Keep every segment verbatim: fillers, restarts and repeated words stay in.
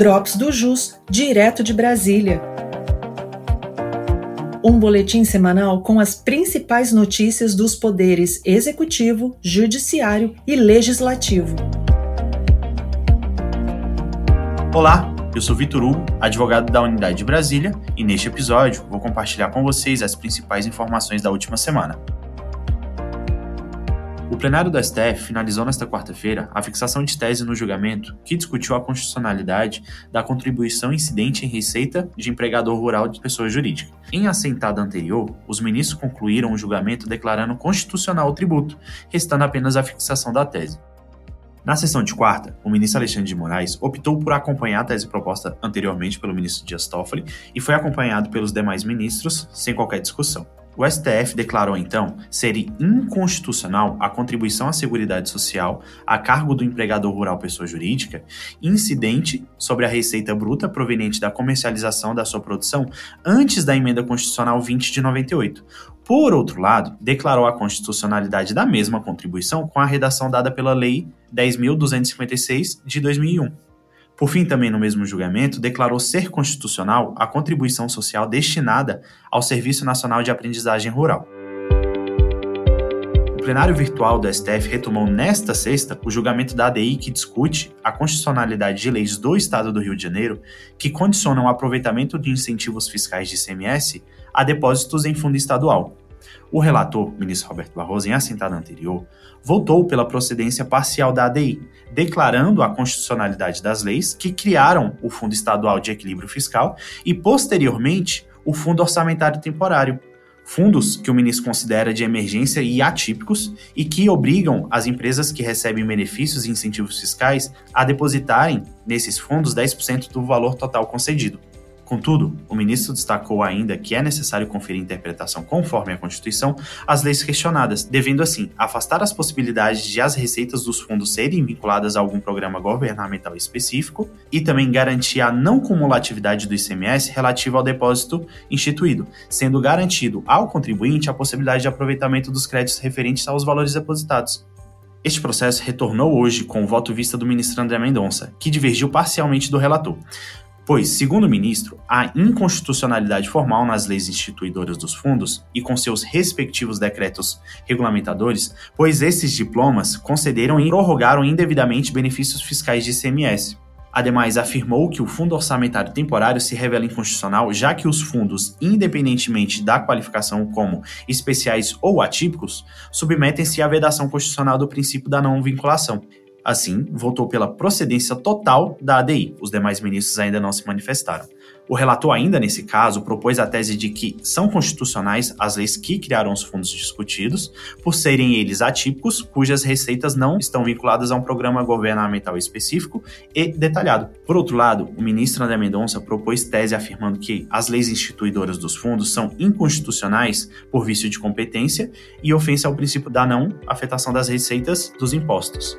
Drops do Jus, direto de Brasília. Um boletim semanal com as principais notícias dos poderes executivo, judiciário e legislativo. Olá, eu sou Vitor Hugo, advogado da Unidade de Brasília, e neste episódio vou compartilhar com vocês as principais informações da última semana. O plenário do S T F finalizou nesta quarta-feira a fixação de tese no julgamento que discutiu a constitucionalidade da contribuição incidente em receita de empregador rural de pessoa jurídica. Em assentada anterior, os ministros concluíram o julgamento declarando constitucional o tributo, restando apenas a fixação da tese. Na sessão de quarta, o ministro Alexandre de Moraes optou por acompanhar a tese proposta anteriormente pelo ministro Dias Toffoli e foi acompanhado pelos demais ministros sem qualquer discussão. O S T F declarou, então, ser inconstitucional a contribuição à Seguridade Social a cargo do empregador rural pessoa jurídica, incidente sobre a receita bruta proveniente da comercialização da sua produção antes da Emenda Constitucional vinte de noventa e oito. Por outro lado, declarou a constitucionalidade da mesma contribuição com a redação dada pela Lei dez mil duzentos e cinquenta e seis de dois mil e um. Por fim, também no mesmo julgamento, declarou ser constitucional a contribuição social destinada ao Serviço Nacional de Aprendizagem Rural. O plenário virtual do S T F retomou nesta sexta o julgamento da A D I que discute a constitucionalidade de leis do Estado do Rio de Janeiro que condicionam o aproveitamento de incentivos fiscais de I C M S a depósitos em fundo estadual. O relator, ministro Roberto Barroso, em assentada anterior, votou pela procedência parcial da A D I, declarando a constitucionalidade das leis que criaram o Fundo Estadual de Equilíbrio Fiscal e, posteriormente, o Fundo Orçamentário Temporário, fundos que o ministro considera de emergência e atípicos e que obrigam as empresas que recebem benefícios e incentivos fiscais a depositarem nesses fundos dez por cento do valor total concedido. Contudo, o ministro destacou ainda que é necessário conferir interpretação conforme a Constituição às leis questionadas, devendo assim afastar as possibilidades de as receitas dos fundos serem vinculadas a algum programa governamental específico e também garantir a não cumulatividade do I C M S relativo ao depósito instituído, sendo garantido ao contribuinte a possibilidade de aproveitamento dos créditos referentes aos valores depositados. Este processo retornou hoje com o voto vista do ministro André Mendonça, que divergiu parcialmente do relator. Pois, segundo o ministro, há inconstitucionalidade formal nas leis instituidoras dos fundos e com seus respectivos decretos regulamentadores, pois esses diplomas concederam e prorrogaram indevidamente benefícios fiscais de I C M S. Ademais, afirmou que o Fundo Orçamentário Temporário se revela inconstitucional, já que os fundos, independentemente da qualificação como especiais ou atípicos, submetem-se à vedação constitucional do princípio da não vinculação. Assim, votou pela procedência total da A D I. Os demais ministros ainda não se manifestaram. O relator, ainda nesse caso, propôs a tese de que são constitucionais as leis que criaram os fundos discutidos, por serem eles atípicos, cujas receitas não estão vinculadas a um programa governamental específico e detalhado. Por outro lado, o ministro André Mendonça propôs tese afirmando que as leis instituidoras dos fundos são inconstitucionais por vício de competência e ofensa ao princípio da não afetação das receitas dos impostos.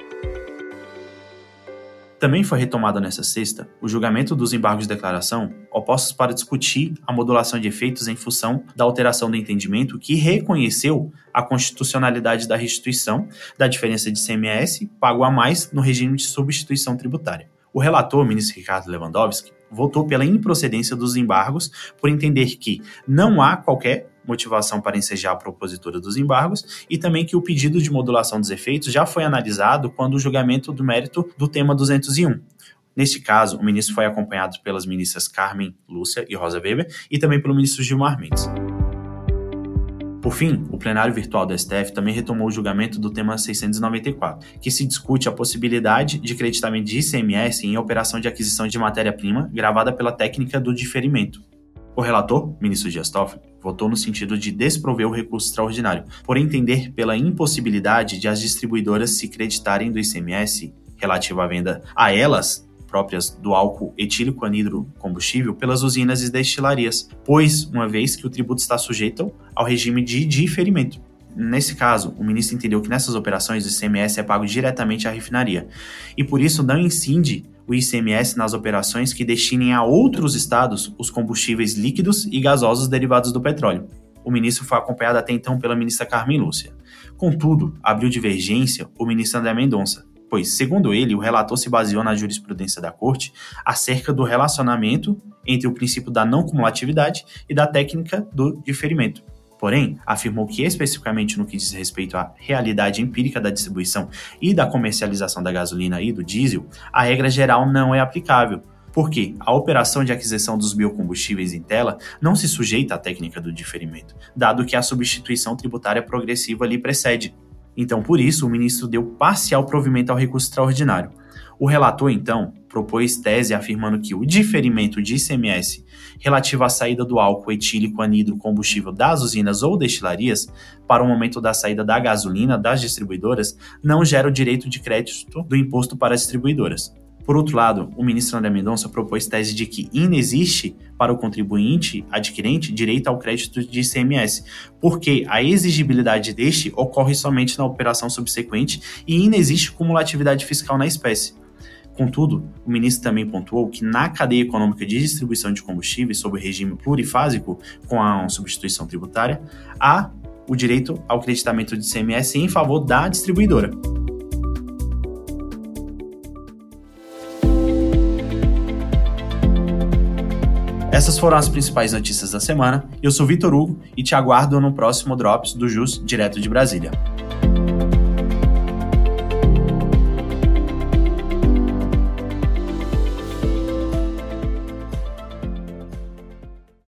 Também foi retomado nesta sexta o julgamento dos embargos de declaração opostos para discutir a modulação de efeitos em função da alteração do entendimento que reconheceu a constitucionalidade da restituição da diferença de I C M S pago a mais no regime de substituição tributária. O relator, ministro Ricardo Lewandowski, votou pela improcedência dos embargos por entender que não há qualquer motivação para ensejar a propositura dos embargos e também que o pedido de modulação dos efeitos já foi analisado quando o julgamento do mérito do tema duzentos e um. Neste caso, o ministro foi acompanhado pelas ministras Carmen Lúcia e Rosa Weber e também pelo ministro Gilmar Mendes. Por fim, o plenário virtual do S T F também retomou o julgamento do tema seiscentos e noventa e quatro, que se discute a possibilidade de creditamento de I C M S em operação de aquisição de matéria-prima gravada pela técnica do diferimento. O relator, ministro Dias Toffoli, votou no sentido de desprover o recurso extraordinário, por entender pela impossibilidade de as distribuidoras se creditarem do I C M S relativo à venda a elas próprias do álcool etílico anidro combustível pelas usinas e destilarias, pois, uma vez que o tributo está sujeito ao regime de diferimento. Nesse caso, o ministro entendeu que nessas operações o I C M S é pago diretamente à refinaria e, por isso, não incide o I C M S nas operações que destinem a outros estados os combustíveis líquidos e gasosos derivados do petróleo. O ministro foi acompanhado até então pela ministra Carmen Lúcia. Contudo, abriu divergência o ministro André Mendonça, pois, segundo ele, o relator se baseou na jurisprudência da Corte acerca do relacionamento entre o princípio da não cumulatividade e da técnica do diferimento. Porém, afirmou que especificamente no que diz respeito à realidade empírica da distribuição e da comercialização da gasolina e do diesel, a regra geral não é aplicável, porque a operação de aquisição dos biocombustíveis em tela não se sujeita à técnica do diferimento, dado que a substituição tributária progressiva lhe precede. Então, por isso, o ministro deu parcial provimento ao recurso extraordinário. O relator, então, propôs tese afirmando que o diferimento de I C M S relativo à saída do álcool etílico anidro combustível das usinas ou destilarias para o momento da saída da gasolina das distribuidoras não gera o direito de crédito do imposto para as distribuidoras. Por outro lado, o ministro André Mendonça propôs tese de que inexiste para o contribuinte adquirente direito ao crédito de I C M S, porque a exigibilidade deste ocorre somente na operação subsequente e inexiste cumulatividade fiscal na espécie. Contudo, o ministro também pontuou que na cadeia econômica de distribuição de combustíveis sob o regime plurifásico com a substituição tributária, há o direito ao creditamento de I C M S em favor da distribuidora. Essas foram as principais notícias da semana. Eu sou Vitor Hugo e te aguardo no próximo Drops do Jus, direto de Brasília.